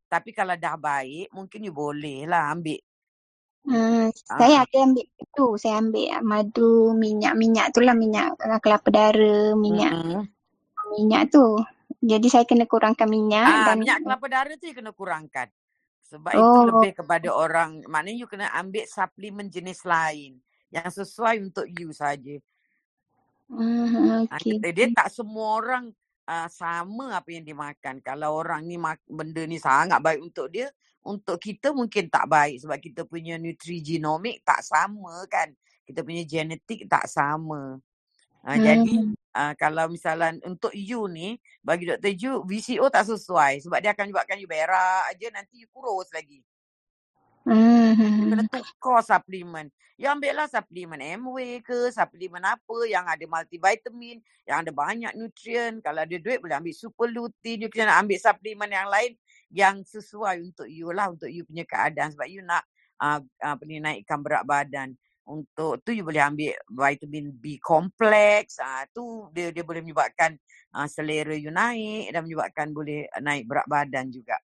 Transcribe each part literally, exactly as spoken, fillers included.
Tapi kalau dah baik, mungkin you boleh lah ambil. Hmm, Ah, saya ah. ada ambil tu, saya ambil madu, minyak-minyak tu lah, minyak uh, kelapa dara, minyak Mm-mm. minyak tu. Jadi saya kena kurangkan minyak Ah, dan minyak kelapa darah tu you kena kurangkan. Sebab itu oh, lebih kepada orang, maknanya you kena ambil suplemen jenis lain yang sesuai untuk you saja. hmm, Ah, okey. Dia, dia tak semua orang uh, sama apa yang dia makan. Kalau orang ni mak, benda ni sangat baik untuk dia, untuk kita mungkin tak baik sebab kita punya nutrigenomic tak sama kan. Kita punya genetik tak sama. Uh, Hmm, jadi uh, kalau misalnya untuk you ni, bagi doktor Ju, V C O tak sesuai sebab dia akan buatkan you berak aja, nanti you kurus lagi. hmm, You kena hmm. tukar suplemen. You ambil lah suplemen M W ke, suplemen apa yang ada multivitamin, yang ada banyak nutrien. Kalau ada duit boleh ambil super lutein. You kena ambil suplemen yang lain yang sesuai untuk you lah, untuk you punya keadaan. Sebab you nak uh, apa ni, naikkan berat badan. Untuk tu you boleh ambil vitamin B kompleks. Uh, tu dia dia boleh menyebabkan uh, selera you naik dan menyebabkan boleh naik berat badan juga.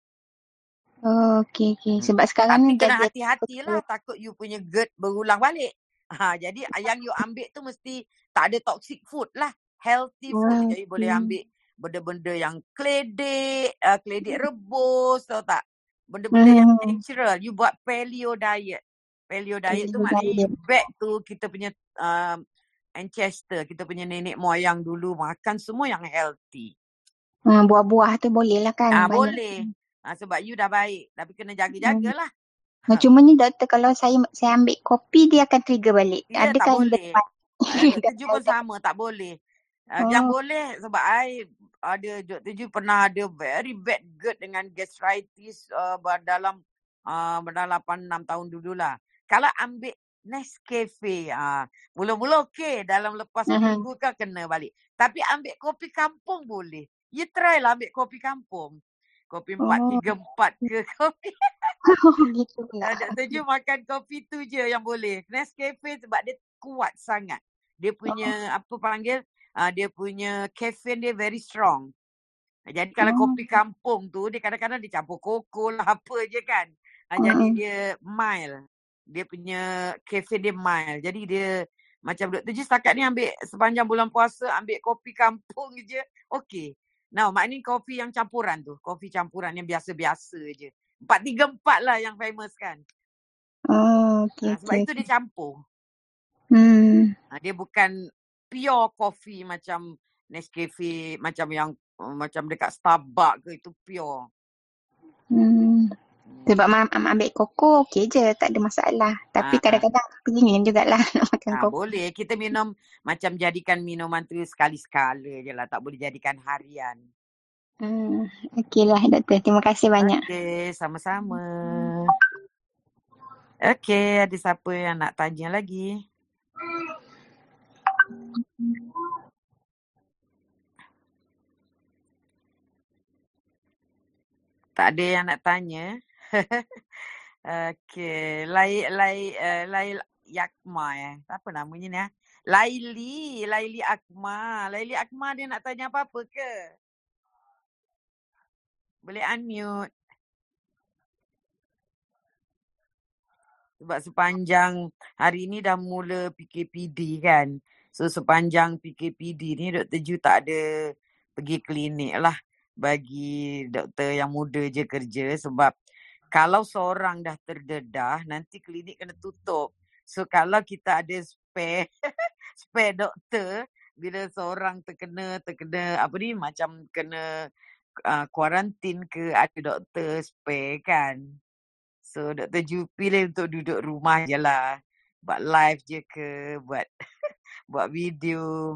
Oh, okey, okey. Hmm. Sebab sekarang Tapi ni kena jadi hati-hatilah, takut you punya GERD berulang balik. Ha, jadi yang you ambil tu mesti tak ada toxic food lah. Healthy food. hmm, Jadi boleh hmm. ambil benda-benda yang keledek, uh, keledek rebus, tahu tak? Benda-benda yang Hmm, natural. You buat paleo diet. Paleo diet tu paleo maknanya diet. you back to kita punya um, ancestor, kita punya nenek moyang dulu makan semua yang healthy. Hmm, buah-buah tu boleh lah kan, Ah, banyak. boleh. Ah, sebab you dah baik. Tapi kena Hmm. jaga-jagalah. Nah, cuma ni doktor, kalau saya saya ambil kopi dia akan trigger balik. Ya, tak Adakah yang boleh. depan? Uh, Doktor Ju pun sama, tak boleh. Uh, yang Oh, boleh sebab I ada, Doktor Ju pernah ada very bad GERD dengan gastritis uh, dalam uh, dalam lapan enam tahun dululah. Kalau ambil Nescafe, uh, mula-mula okey, dalam lepas uh-huh. minggu kan kena balik. Tapi ambil kopi kampung boleh. You try lah ambil kopi kampung. Kopi empat tiga empat ke kopi. Oh, gitu pula. Uh, Doktor Ju makan kopi tu je yang boleh. Nescafe sebab dia kuat sangat. Dia punya, oh. apa panggil, uh, dia punya caffeine dia very strong. Jadi kalau Oh. kopi kampung tu, dia kadang-kadang dia campur koko lah, apa je kan. Uh, uh-uh. Jadi dia mild. Dia punya caffeine dia mild. Jadi dia, macam Doktor Ju setakat ni ambil sepanjang bulan puasa, ambil kopi kampung je, okey. Now, maknanya kopi yang campuran tu. Kopi campuran yang biasa-biasa je. empat tiga empat lah yang famous kan. Oh, okey, Uh, sebab okey. itu dia campur. Hmm. Uh, dia bukan pure coffee macam Nescafe, macam yang uh, macam dekat Starbucks ke, itu pure. Hmm. Hmm. Sebab mam ambil koko okey je, tak ada masalah. Tapi Ah, kadang-kadang pingin jugalah nak makan ah, kopi. boleh. Kita minum macam jadikan minuman tu sekali-sekala je lah. Tak boleh jadikan harian. Hmm. Okeylah doktor. Terima kasih banyak. Okey, sama-sama. Okey, ada siapa yang nak tanya lagi? Tak ada yang nak tanya. Okey, Lai Lai uh, Lai Yakma eh. Apa namanya ni ah? Laili, Laili Akma. Laili Akma dia nak tanya apa-apa ke? Boleh unmute. Sebab sepanjang hari ni dah mula P K P D kan. So sepanjang P K P D ni Doktor Ju tak ada pergi klinik lah bagi doktor yang muda je kerja. Sebab kalau seorang dah terdedah, nanti klinik kena tutup. So kalau kita ada spare, spare doktor, bila seorang terkena, terkena apa ni, macam kena kuarantin uh, ke, ada doktor spare kan. So Doktor Ju pilih untuk duduk rumah je lah. Buat live je ke, buat buat video.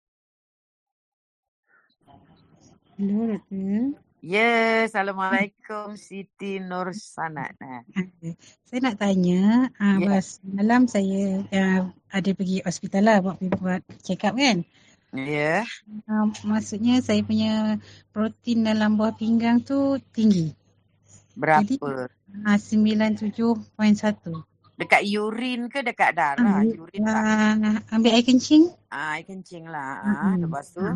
Hello, Doktor. Ya, yeah, Assalamualaikum Siti Nur Sanat. Saya nak tanya, uh, yeah. Malam saya uh, ada pergi hospital lah buat, buat check up kan. Ya. Yeah. Uh, maksudnya saya punya protein dalam buah pinggang tu tinggi. Berapa? Jadi uh, sembilan puluh tujuh perpuluhan satu. Dekat urin ke dekat darah? Uh, urin uh, ambil air kencing? Ah, air kencing lah. Uh, ah, lepas tu? Uh,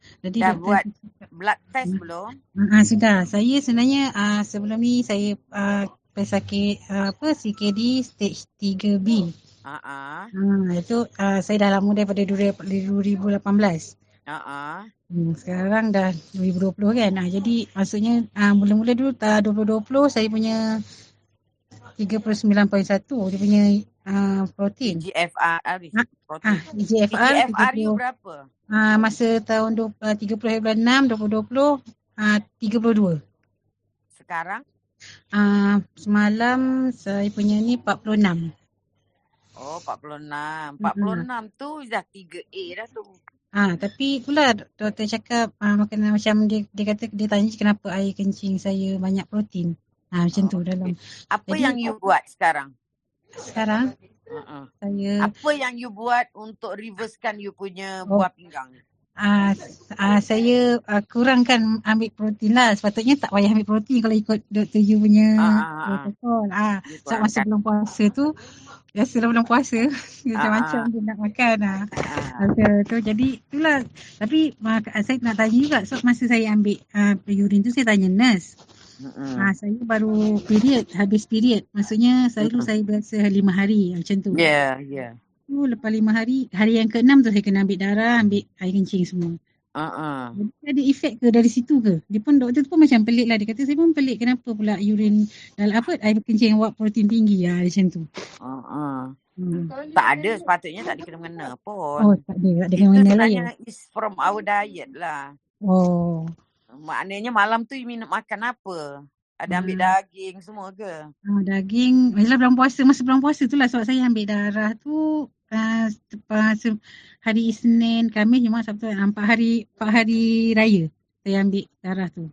Jadi Dah doktor buat tu cakap, blood test "Hmm, belum? ah, ah, sudah. Saya sebenarnya ah, sebelum ni saya ah, pesakit ah, apa C K D stage tiga B. Ah ah. Ah, itu ah, saya dah lama daripada dua ribu lapan belas. Ah ah. Hmm, sekarang dah dua ribu dua puluh kan. Ah, jadi maksudnya ah, mula-mula dulu ah, dua ribu dua puluh saya punya tiga puluh sembilan perpuluhan satu dia punya ah, protein. E G F R ah, Ah, ah, protein. E G F R E G F R you tiga puluh. berapa? Ah, masa tahun du- ah, tiga puluh hari bulan enam dua ribu dua puluh ah, tiga puluh dua. Sekarang? Ah, semalam saya punya ni empat puluh enam. Oh, empat puluh enam. empat puluh enam Hmm. tu dah tiga A dah tu. Ah, tapi pula doktor cakap ah, makanan macam dia, dia kata dia tanya kenapa air kencing saya banyak protein. Ah, macam Oh, tu dalam. okay. Apa Jadi yang you buat sekarang? sekarang Uh-uh. saya Apa yang you buat untuk reversekan you punya oh, buah pinggang? ah, ah, saya ah, kurangkan ambil protein lah. Sepatutnya tak payah ambil protein kalau ikut doktor you punya Ah, ah, ah. protokol. Ah, You sebab masa kurangkan. bulan puasa tu biasalah bulan puasa Ah, macam-macam ah. dia nak makan ah. Ah. Masa tu jadi itulah. Tapi mak- saya nak tanya juga sebab masa saya ambil uh, urine tu saya tanya nurse. Mm-mm. Ah, saya baru period, habis period. Maksudnya selalu Mm-mm. saya biasa lima hari macam tu. Yeah, yeah. Tu lepas lima hari, hari yang keenam tu saya kena ambil darah, ambil air kencing semua. Uh-uh. Jadi ada efek ke dari situ ke? Dia pun doktor tu pun macam pelik lah. Dia kata saya pun pelik kenapa pula urine dalam apa air kencing awak protein tinggi lah macam tu. Uh-uh. Hmm. Tak ada, sepatutnya tak dikena-mengena pun. Oh tak ada, tak ada Itu kena-mengena lah ya. sebenarnya is from our diet lah. Oh. Maknanya malam tu you minum makan apa? Ada ambil Hmm. daging semua ke? Ah, daging, yelah bulan puasa, masa bulan puasa tu lah sebab saya ambil darah tu uh, hari Isnin, Khamis, Jumaat, Sabtu, empat hari, empat hari raya saya ambil darah tu.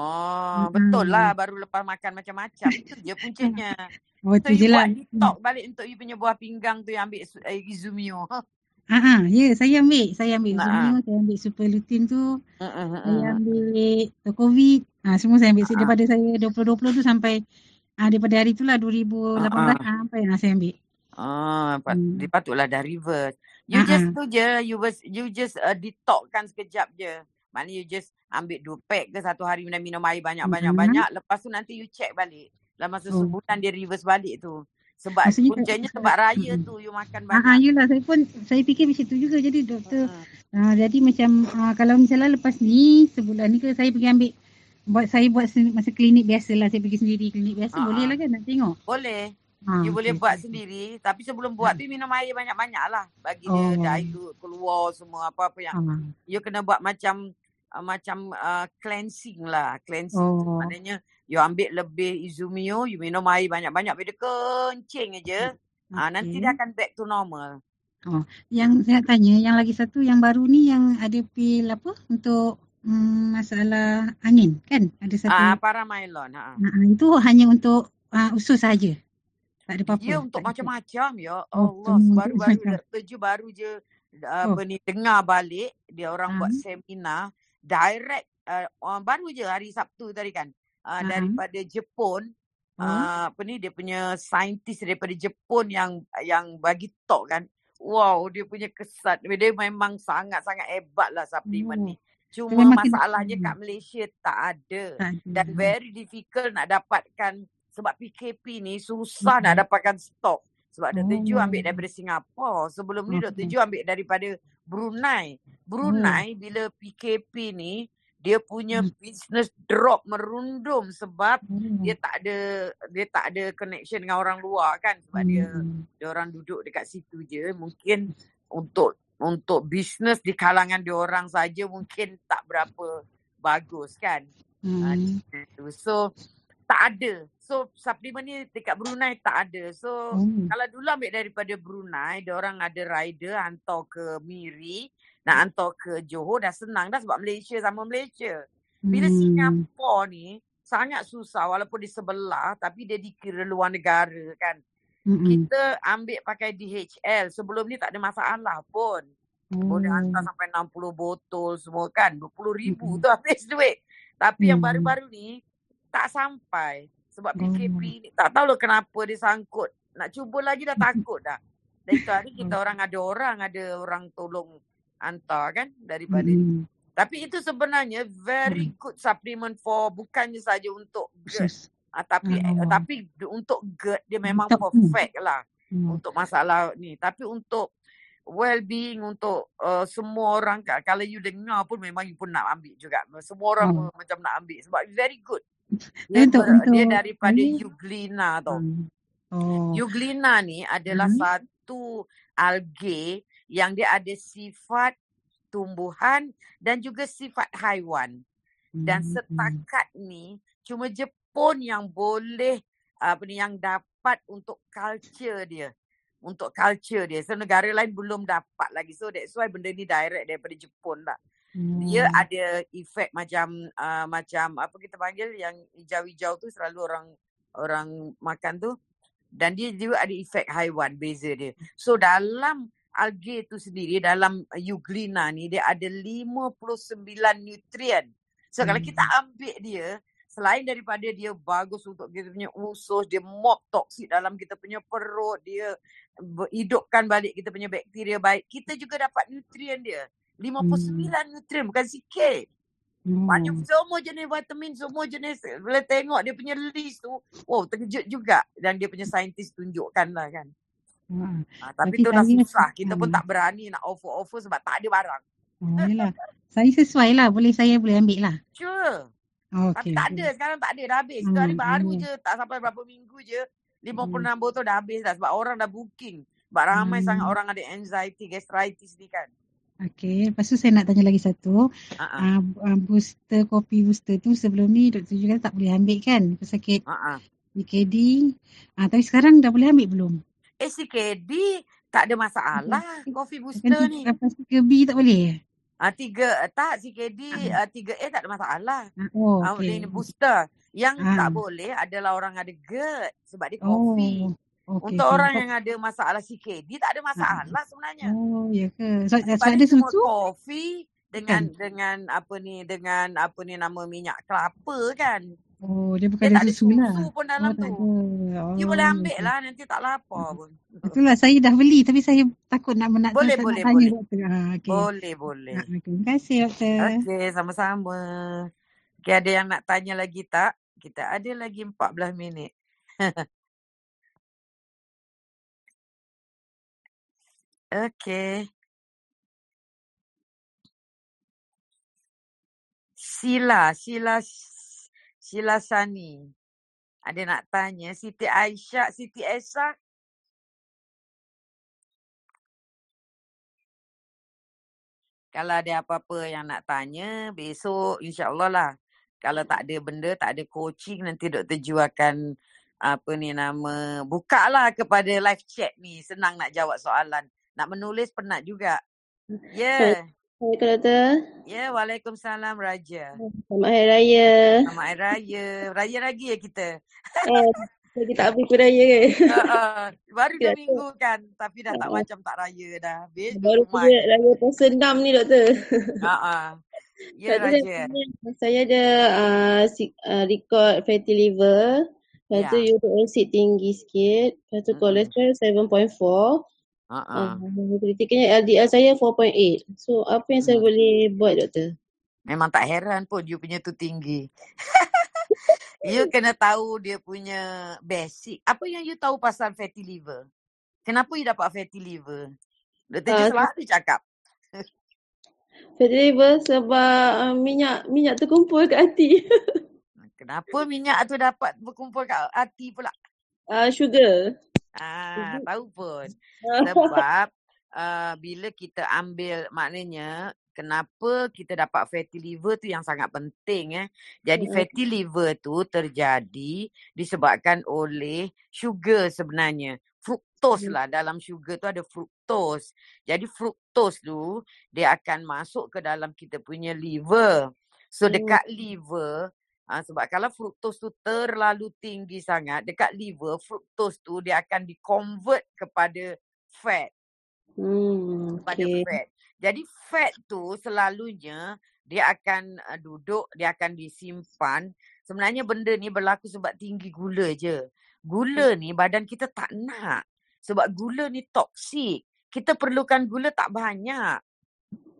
Oh, Hmm. betul lah. Baru lepas makan macam-macam. Itu je puncanya. Oh So, tu je you lah. buat detox balik untuk you punya buah pinggang tu yang ambil su- eh, Izumio. Ah, ah, ya saya ambil, saya ambil Nah, Zumio, ah. saya ambil super lutein tu, Mm-mm, saya mm-mm. ambil COVID, ah, semua saya ambil Ah, daripada saya dua ribu dua puluh tu sampai ah, daripada hari tu lah dua ribu lapan belas ah. ah, sampai ah, saya ambil. Ah, pat- Hmm. dia patutlah dah reverse. You Ah, just ah. tu je, you was, you just uh, detoxkan sekejap je. Maknanya you just ambil dua pack ke satu hari dan minum air banyak-banyak-banyak. Lepas tu nanti you check balik. Dalam masa Oh. sebulan dia reverse balik tu. Sebab Maksudnya puncanya tak- sebab raya Mm-mm. tu you makan Ah, ah, banyak. yelah saya pun saya fikir macam tu juga jadi doktor Mm-mm. ah, jadi macam ah, kalau misalnya lepas ni sebulan ni ke saya pergi ambil buat saya buat sen- masa klinik biasalah saya pergi sendiri klinik biasa Ah, boleh ah. lah kan nak tengok. Boleh. Ah, You boleh okey. buat sendiri. Tapi sebelum buat tu you minum air banyak-banyak lah. Bagi dia Oh. dilute keluar semua apa-apa yang Ah. you kena buat macam uh, macam uh, cleansing lah. Cleansing tu Oh. maknanya you ambil lebih Izumio, you minum air banyak-banyak. Bila dia kencing aja, ah, nanti Okey. dia akan back to normal. Oh, yang saya nak tanya yang lagi satu yang baru ni yang ada pil apa untuk mm, masalah angin kan? Ada satu. Ah, Paramylon. Ha. Ah, itu hanya untuk ah, usus saja. Tak ada apa-apa. Dia untuk tak ada- macam-macam ya. Oh, Allah, tu baru-baru macam- doktor je baru je uh, Oh. apa ni dengar balik dia orang Ah. buat seminar direct uh, uh, baru je hari Sabtu tadi kan. Uh, Ah. daripada Jepun. Oh. Uh, apa ni dia punya saintis daripada Jepun yang yang bagi talk kan. Wow, dia punya kesan. Dia memang sangat-sangat hebat lah suplemen Oh. ni. Cuma Memang masalahnya kena- kat Malaysia tak ada. Tak ada. Dan very difficult nak dapatkan sebab P K P ni susah Hmm. nak dapatkan stok. Sebab Doktor Ju Oh. ambil daripada Singapura. Sebelum ni Oh. Doktor Ju ambil daripada Brunei. Brunei bila P K P ni dia punya Hmm. business drop merundum sebab Oh. dia tak ada dia tak ada connection dengan orang luar kan sebab dia Hmm. dia orang duduk dekat situ je. Mungkin untuk untuk bisnes di kalangan dia orang saja mungkin tak berapa bagus kan. Hmm. Uh, so tak ada. So suplemen ni dekat Brunei tak ada. So Oh. kalau dulu ambil daripada Brunei, dia orang ada rider hantar ke Miri, nak hantar ke Johor dah senang dah sebab Malaysia sama Malaysia. Bila Hmm. Singapura ni sangat susah walaupun di sebelah tapi dia dikira luar negara kan. Mm-mm. Kita ambil pakai D H L. Sebelum ni tak ada masalah pun. Boleh hantar Oh. sampai enam puluh botol semua kan. dua puluh ribu Mm-mm. tu habis duit. Tapi yang Hmm. baru-baru ni tak sampai. Sebab P K P Oh. ni tak tahu lah kenapa dia sangkut. Nak cuba lagi dah takut dah. Dan itu hari kita orang ada orang, ada orang tolong hantar kan daripada Mm-mm. Tapi itu sebenarnya very good supplement for bukannya saja untuk GERD. Khusus. Ah, tapi Oh. tapi untuk GERD dia memang Untuk- perfect lah Hmm. untuk masalah ni. Tapi untuk well-being untuk uh, semua orang, ka- kalau you dengar pun memang you pun nak ambil juga. Semua orang Oh. macam nak ambil sebab very good. Tapi Dia, untuk, ber, untuk dia daripada saya, Euglena tau. hmm. Oh. Euglena ni adalah Hmm. satu algae yang dia ada sifat tumbuhan dan juga sifat haiwan. Dan Hmm. setakat ni cuma Jepun yang boleh apa ni yang dapat untuk culture dia. Untuk culture dia. So negara lain belum dapat lagi. So that's why benda ni direct daripada Jepun lah. Hmm. Dia ada efek macam uh, macam apa kita panggil yang hijau-hijau tu selalu orang orang makan tu. Dan dia juga ada efek haiwan, beza dia. So dalam algae tu sendiri, dalam Euglena ni dia ada lima puluh sembilan nutrien. So Hmm. kalau kita ambil dia, selain daripada dia bagus untuk kita punya usus, dia mop toksik dalam kita punya perut, dia hidupkan balik kita punya bakteria baik, kita juga dapat nutrien dia. lima puluh sembilan hmm. nutrien, bukan sikit. Hmm. Banyak semua jenis vitamin, semua jenis. Bila tengok dia punya list tu, wow, terkejut juga. Dan dia punya saintis tunjukkan lah kan. Hmm. Ha, tapi, Tapi tu dah saya- susah. Kita pun Hmm. tak berani nak offer-offer sebab tak ada barang. Oh, yelah. Saya sesuai lah. Boleh saya boleh ambil lah. Sure. Oh, Tapi okay. tak ada. Sekarang tak ada. Dah habis. Hmm, Itu hari baru hmm. je. Tak sampai berapa minggu je. lima puluh Hmm. enam botol dah habis dah. Sebab orang dah booking. Sebab ramai Hmm. sangat orang ada anxiety, gastritis ni kan. Okey, lepas tu saya nak tanya lagi satu. Uh-uh. Uh, booster, kopi booster tu sebelum ni doktor juga tak boleh ambil kan? Pesakit Uh-uh. C K D. Uh, tapi sekarang dah boleh ambil belum? Eh, C K D tak ada masalah. Coffee booster Kan ni. lepas tiga B tak boleh? Ah, tiga, tak, C K D, Uh-huh. uh, tiga A tak ada masalah. Oh, Ah, okey. ini booster. Yang Ah. tak boleh adalah orang ada GERD sebab dia Oh, coffee. okey. Untuk okey. orang yang ada masalah C K D tak ada masalah sebenarnya. Oh, ya ke? So, Sebab sebab dia ada cuma susu? kopi dengan dengan apa ni dengan apa ni nama minyak kelapa kan. Oh, dia bukan Dia ada tak ada susu lah. susu pun dalam Oh, tak tu. ada. Oh, You boleh ambil okey. lah, nanti tak lapar pun. Itulah saya dah beli tapi saya takut nak nak, Boleh, nak, boleh, nak tanya boleh. doktor. Ha, okey. Boleh, boleh. Ha, okay. Terima kasih doktor. Okey, sama-sama. Okey, ada yang nak tanya lagi tak? Kita ada lagi empat belas minit. Okey. Sila, Sila, Sila Sani. Ada nak tanya. Siti Aisyah, Siti Esa. Kalau ada apa-apa yang nak tanya, besok insya-Allah lah. Kalau tak ada benda, tak ada coaching, nanti Doktor Ju akan apa ni nama, buka lah kepada live chat ni. Senang nak jawab soalan. Nak menulis penat juga. Ya. Yeah. Assalamualaikum doktor. Ya, yeah, Waalaikumsalam Raja. Selamat Hari Raya. Selamat Hari Raya. Raya lagi ya kita. Eh, lagi tak habis pun raya ke? Uh, uh, baru dua minggu kan. Tapi dah tak uh, macam tak raya dah. Habis baru punya raya puasa enam ni doktor. Ha uh, Ya Raja. Saya, saya ada uh, uh, record fatty liver. Lepas tu ya. uric acid tinggi sikit. Lepas tu Mm-mm. kolesterol tujuh point empat. Uh-uh. Uh, kritiknya L D L saya empat point lapan. So apa yang saya Hmm. boleh buat doktor? Memang tak heran pun you punya tu tinggi. You kena tahu dia punya basic. Apa yang you tahu pasal fatty liver? Kenapa you dapat fatty liver? Doktor uh, selalu cakap. Fatty liver sebab uh, minyak minyak terkumpul kat hati. Kenapa minyak tu dapat berkumpul kat hati pula? Uh, sugar. Ah, tahu pun. Sebab uh, bila kita ambil, maknanya kenapa kita dapat fatty liver tu yang sangat penting eh. Jadi fatty liver tu terjadi disebabkan oleh sugar sebenarnya. Fructose lah, dalam sugar tu ada fructose. Jadi fructose tu dia akan masuk ke dalam kita punya liver. So dekat liver, Ha, sebab kalau fructose tu terlalu tinggi sangat, dekat liver, fructose tu dia akan di-convert kepada fat. Hmm, kepada okay. fat. Jadi fat tu selalunya dia akan uh, duduk, dia akan disimpan. Sebenarnya benda ni berlaku sebab tinggi gula je. Gula ni badan kita tak nak. Sebab gula ni toksik. Kita perlukan gula tak banyak.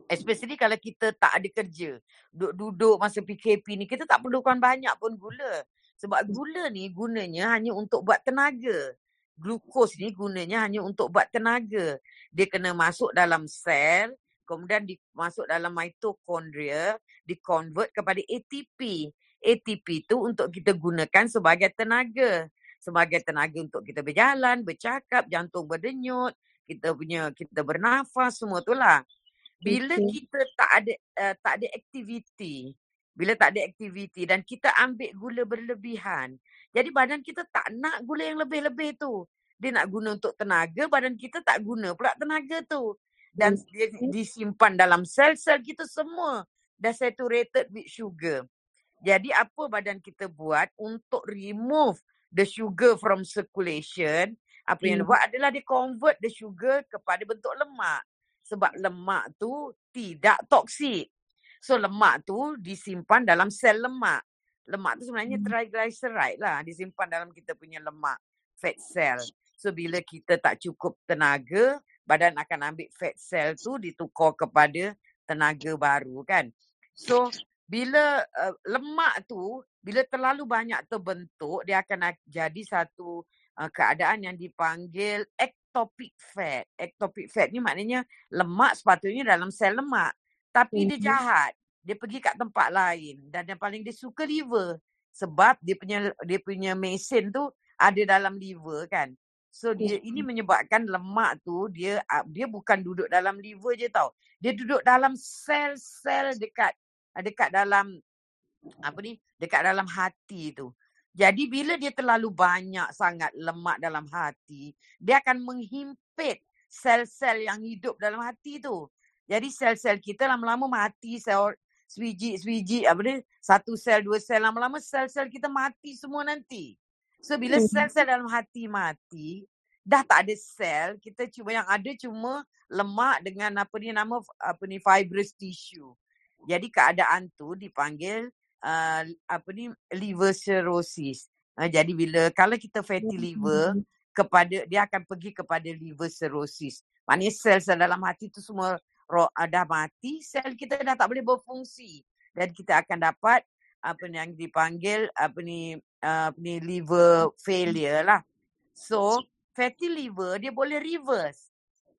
Especially kalau kita tak ada kerja. Duduk-duduk masa P K P ni, kita tak perlukan banyak pun gula. Sebab gula ni gunanya hanya untuk buat tenaga. Glukos ni gunanya hanya untuk buat tenaga. Dia kena masuk dalam sel, kemudian di, masuk dalam mitokondria, di-convert kepada A T P. A T P tu untuk kita gunakan sebagai tenaga. Sebagai tenaga untuk kita berjalan, bercakap, jantung berdenyut, kita punya kita bernafas, semua tu lah. Bila Okey. kita tak ada uh, tak ada aktiviti, bila tak ada aktiviti dan kita ambil gula berlebihan, jadi badan kita tak nak gula yang lebih-lebih tu. Dia nak guna untuk tenaga, badan kita tak guna pula tenaga tu. Dan dia Okey. disimpan dalam sel-sel kita semua dah saturated with sugar. Jadi apa badan kita buat untuk remove the sugar from circulation, apa yang dia Hmm. buat adalah dia convert the sugar kepada bentuk lemak. Sebab lemak tu tidak toksik. So lemak tu disimpan dalam sel lemak. Lemak tu sebenarnya triglyceride lah. Disimpan dalam kita punya lemak. Fat cell. So bila kita tak cukup tenaga, badan akan ambil fat cell tu ditukar kepada tenaga baru kan. So bila uh, lemak tu, bila terlalu banyak terbentuk, dia akan jadi satu uh, keadaan yang dipanggil ectopic fat. Ectopic fat ni maknanya lemak sepatutnya dalam sel lemak. Tapi dia jahat. Dia pergi kat tempat lain. Dan yang paling dia suka liver. Sebab dia punya dia punya mesin tu ada dalam liver kan. So dia ini menyebabkan lemak tu dia dia bukan duduk dalam liver je tau. Dia duduk dalam sel-sel dekat dekat dalam apa ni? Dekat dalam hati tu. Jadi bila dia terlalu banyak sangat lemak dalam hati, dia akan menghimpit sel-sel yang hidup dalam hati tu. Jadi sel-sel kita lama-lama mati, sel swiji-swiji apa ni? Satu sel, dua sel, lama-lama sel-sel kita mati semua nanti. So bila sel-sel dalam hati mati, dah tak ada sel, kita cuma yang ada cuma lemak dengan apa ni nama apa ni fibrous tissue. Jadi keadaan tu dipanggil uh, apa ni liver cirrhosis. Uh, jadi bila kalau kita fatty liver kepada dia akan pergi kepada liver cirrhosis. Maknanya sel-sel dalam hati tu semua roh, uh, dah mati, sel kita dah tak boleh berfungsi dan kita akan dapat apa ni yang dipanggil apa ni uh, apa ni liver failure lah. So fatty liver dia boleh reverse.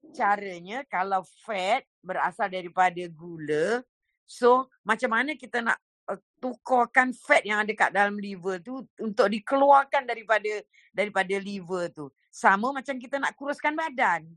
Caranya kalau fat berasal daripada gula, so macam mana kita nak uh, tukarkan fat yang ada kat dalam liver tu untuk dikeluarkan daripada daripada liver tu. Sama macam kita nak kuruskan badan.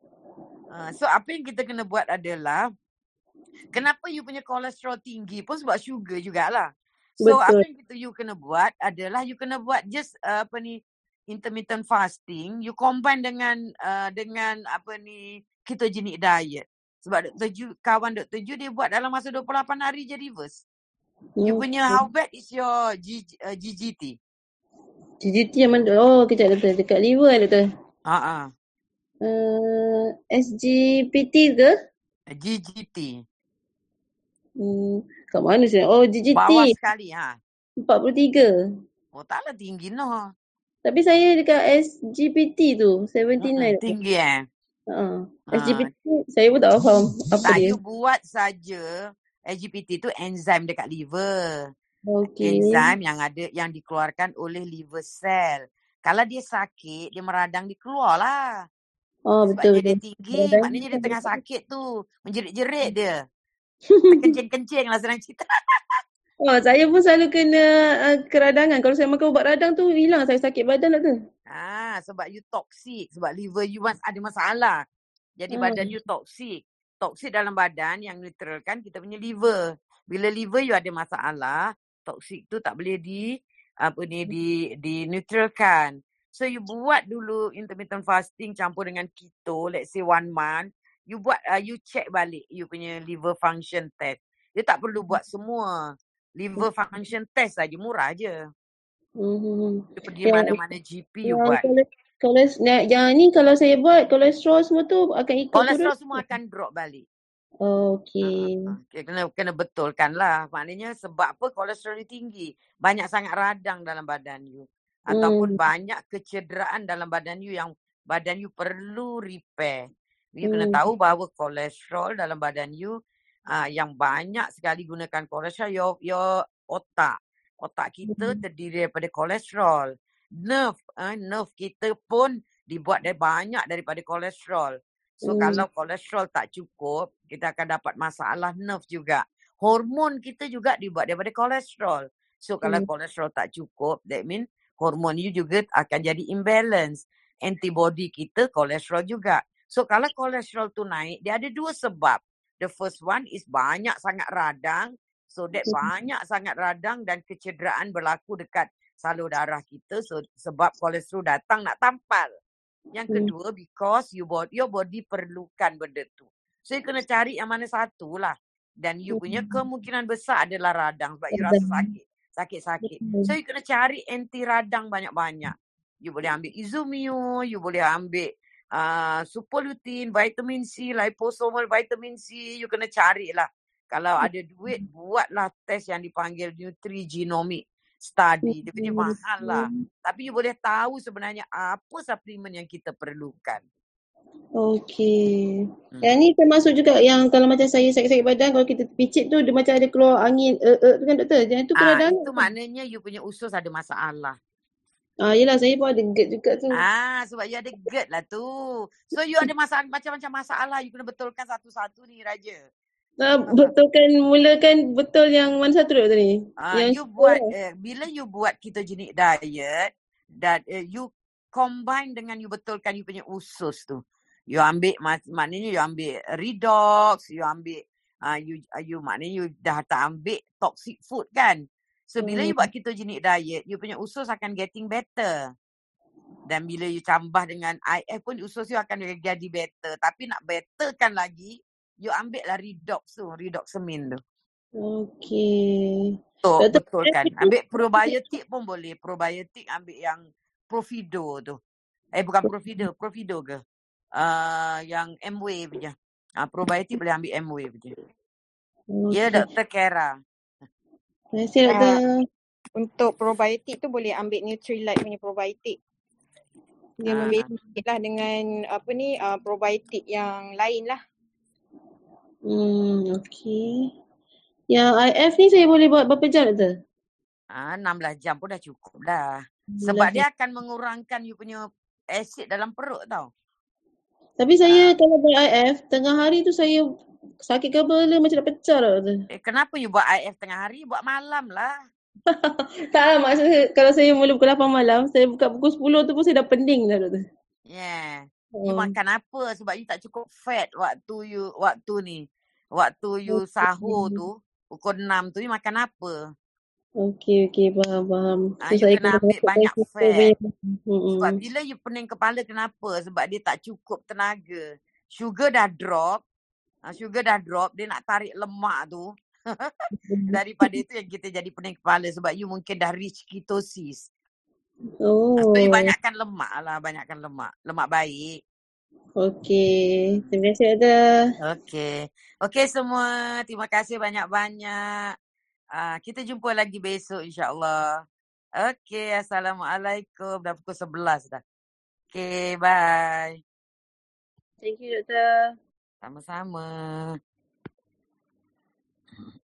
Uh, so apa yang kita kena buat adalah, kenapa you punya kolesterol tinggi pun sebab sugar jugalah. So Betul. apa yang kita you kena buat adalah you kena buat just uh, apa ni intermittent fasting, you combine dengan uh, dengan apa ni ketogenic diet. Sebab Doktor Ju, kawan Doktor Ju dia buat dalam masa dua puluh lapan hari je reverse. You punya how bad is your G, uh, G G T? G G T yang mana? Oh, kejap doktor. Dekat liver kan doktor? Ha ah. Uh, S G P T ke? G G T. Hmm, kat mana sih? Oh, G G T. Bawah sekali ha. empat puluh tiga. Oh taklah tinggi noh. Tapi saya dekat S G P T tu, tujuh puluh sembilan. Mm-mm, tinggi eh. Uh, Ha. S G P T saya pun tak faham apa Tak, dia. you buat saja S G P T tu enzim dekat liver. Okey. Enzim yang ada yang dikeluarkan oleh liver cell. Kalau dia sakit, dia meradang dikeluar lah. Oh, Sebab betul dia, dia betul. tinggi, Meradang. maknanya dia tengah sakit tu. Menjerit-jerit dia. Terkencing-kencing lah senang cerita. Oh, saya pun selalu kena uh, keradangan. Kalau saya makan ubat radang tu hilang saya sakit badan lah tu. Ah, sebab you toxic. Sebab liver you mas- ada masalah. Jadi Hmm. badan you toxic. Toxic dalam badan yang neutralkan kita punya liver. Bila liver you ada masalah, toxic tu tak boleh di apa ni di di neutralkan. So you buat dulu intermittent fasting campur dengan keto, let's say one month. You buat uh, you check balik you punya liver function test. You tak perlu buat semua. Liver function test saja murah je. Hmm. You pergi Yang, mana-mana G P you yang buat. koles- koles- nah, yang ni kalau saya buat kolesterol semua tu akan ikut Kolesterol turun. semua akan drop balik. Okey. Uh, okay, kena kena betulkan lah. Maknanya sebab apa kolesterol ni tinggi. Banyak sangat radang dalam badan you. Ataupun Hmm. banyak kecederaan dalam badan you yang badan you perlu repair. You Hmm. kena tahu bahawa kolesterol dalam badan you uh, yang banyak sekali gunakan kolesterol, your, your otak. Otak kita Hmm. terdiri daripada kolesterol. Nerve, uh, nerve kita pun dibuat dari banyak daripada kolesterol. So Hmm. kalau kolesterol tak cukup, kita akan dapat masalah nerve juga. Hormon kita juga dibuat daripada kolesterol. So kalau Hmm. kolesterol tak cukup, that mean hormon you juga akan jadi imbalance. Antibody kita kolesterol juga. So kalau kolesterol tu naik, dia ada dua sebab. The first one is banyak sangat radang. So that banyak sangat radang dan kecederaan berlaku dekat salur darah kita. So sebab kolesterol datang nak tampal. Yang Hmm. kedua, because you body, your body perlukan benda tu. So you kena cari yang mana satu lah. Dan you punya kemungkinan besar adalah radang sebab you rasa sakit. Sakit-sakit. So you kena cari anti radang banyak-banyak. You boleh ambil Izumio, you boleh ambil uh, Super-Lutein, vitamin C, liposomal vitamin C. You kena carilah. Kalau ada duit, buatlah test yang dipanggil Nutrigenomic study. Dia punya mahal lah. Tapi you boleh tahu sebenarnya apa suplemen yang kita perlukan. Okey. Hmm. Yang ni termasuk juga yang kalau macam saya sakit-sakit badan, kalau kita terpicit tu dia macam ada keluar angin eh uh, tu kan doktor. Yang tu Ah, keradang. itu maknanya you punya usus ada masalah. Ah yelah saya pun ada GERD juga tu. Ah, sebab you ada GERD lah tu. So you ada masalah macam-macam masalah. You kena betulkan satu-satu ni Raja. Ah, betulkan mulakan betul yang mana satu doktor ni? Ah, Yang you buat uh, bila you buat ketogenic diet dan uh, you combine dengan you betulkan you punya usus tu. You ambil mak- maknanya you ambil redox, you ambil uh, you uh, you maknanya you dah tak ambil toxic food kan. So bila Hmm. you buat ketogenic diet, you punya usus akan getting better. Dan bila you tambah dengan I F pun usus you akan jadi better. Tapi nak betterkan lagi, you ambil lah redox tu, redoxamine tu. Okey. So, Doktor, betul kan. Ambil probiotik pun boleh. Probiotik ambil yang Provido tu. Eh bukan Provido, Provido ke? Uh, yang M-Wave je. Uh, probiotik boleh ambil M-Wave je. Ya, okey. Doktor Kara. Terima kasih doktor. Uh, untuk probiotik tu boleh ambil Nutrilite punya probiotik. Dia Ah. membeza sikit lah dengan apa ni uh, probiotik yang lain lah. Hmm, okey. Yang I F ni saya boleh buat berapa jam doktor? Ah, enam belas jam pun dah cukup dah. Sebab dia akan mengurangkan you punya asid dalam perut tau. Tapi saya Ah. kalau buat I F, tengah hari tu saya sakit kepala macam nak pecah tau doktor. Eh, kenapa you buat I F tengah hari? Buat malam lah. Tak lah, maksudnya kalau saya mula pukul lapan malam, saya buka pukul sepuluh tu pun saya dah pening dah doktor. Yeah. You Hmm. makan apa? Sebab you tak cukup fat waktu you waktu ni. Waktu you sahur tu, pukul enam tu you makan apa? Okey, okey, faham, faham. Ah, So, you saya kena ambil banyak fat. Hmm. Sebab bila you pening kepala kenapa? Sebab dia tak cukup tenaga. Sugar dah drop. Ah, sugar dah drop, dia nak tarik lemak tu. Daripada itu yang kita jadi pening kepala sebab you mungkin dah reach ketosis. Oh. So you banyakkan lemak lah, banyakkan lemak. Lemak baik. Okey, terima kasih doktor. Okey. Okey semua, terima kasih banyak-banyak. Uh, kita jumpa lagi besok insya-Allah. Okey, assalamualaikum. Dah pukul sebelas dah. Okey, bye. Thank you doktor. Sama-sama.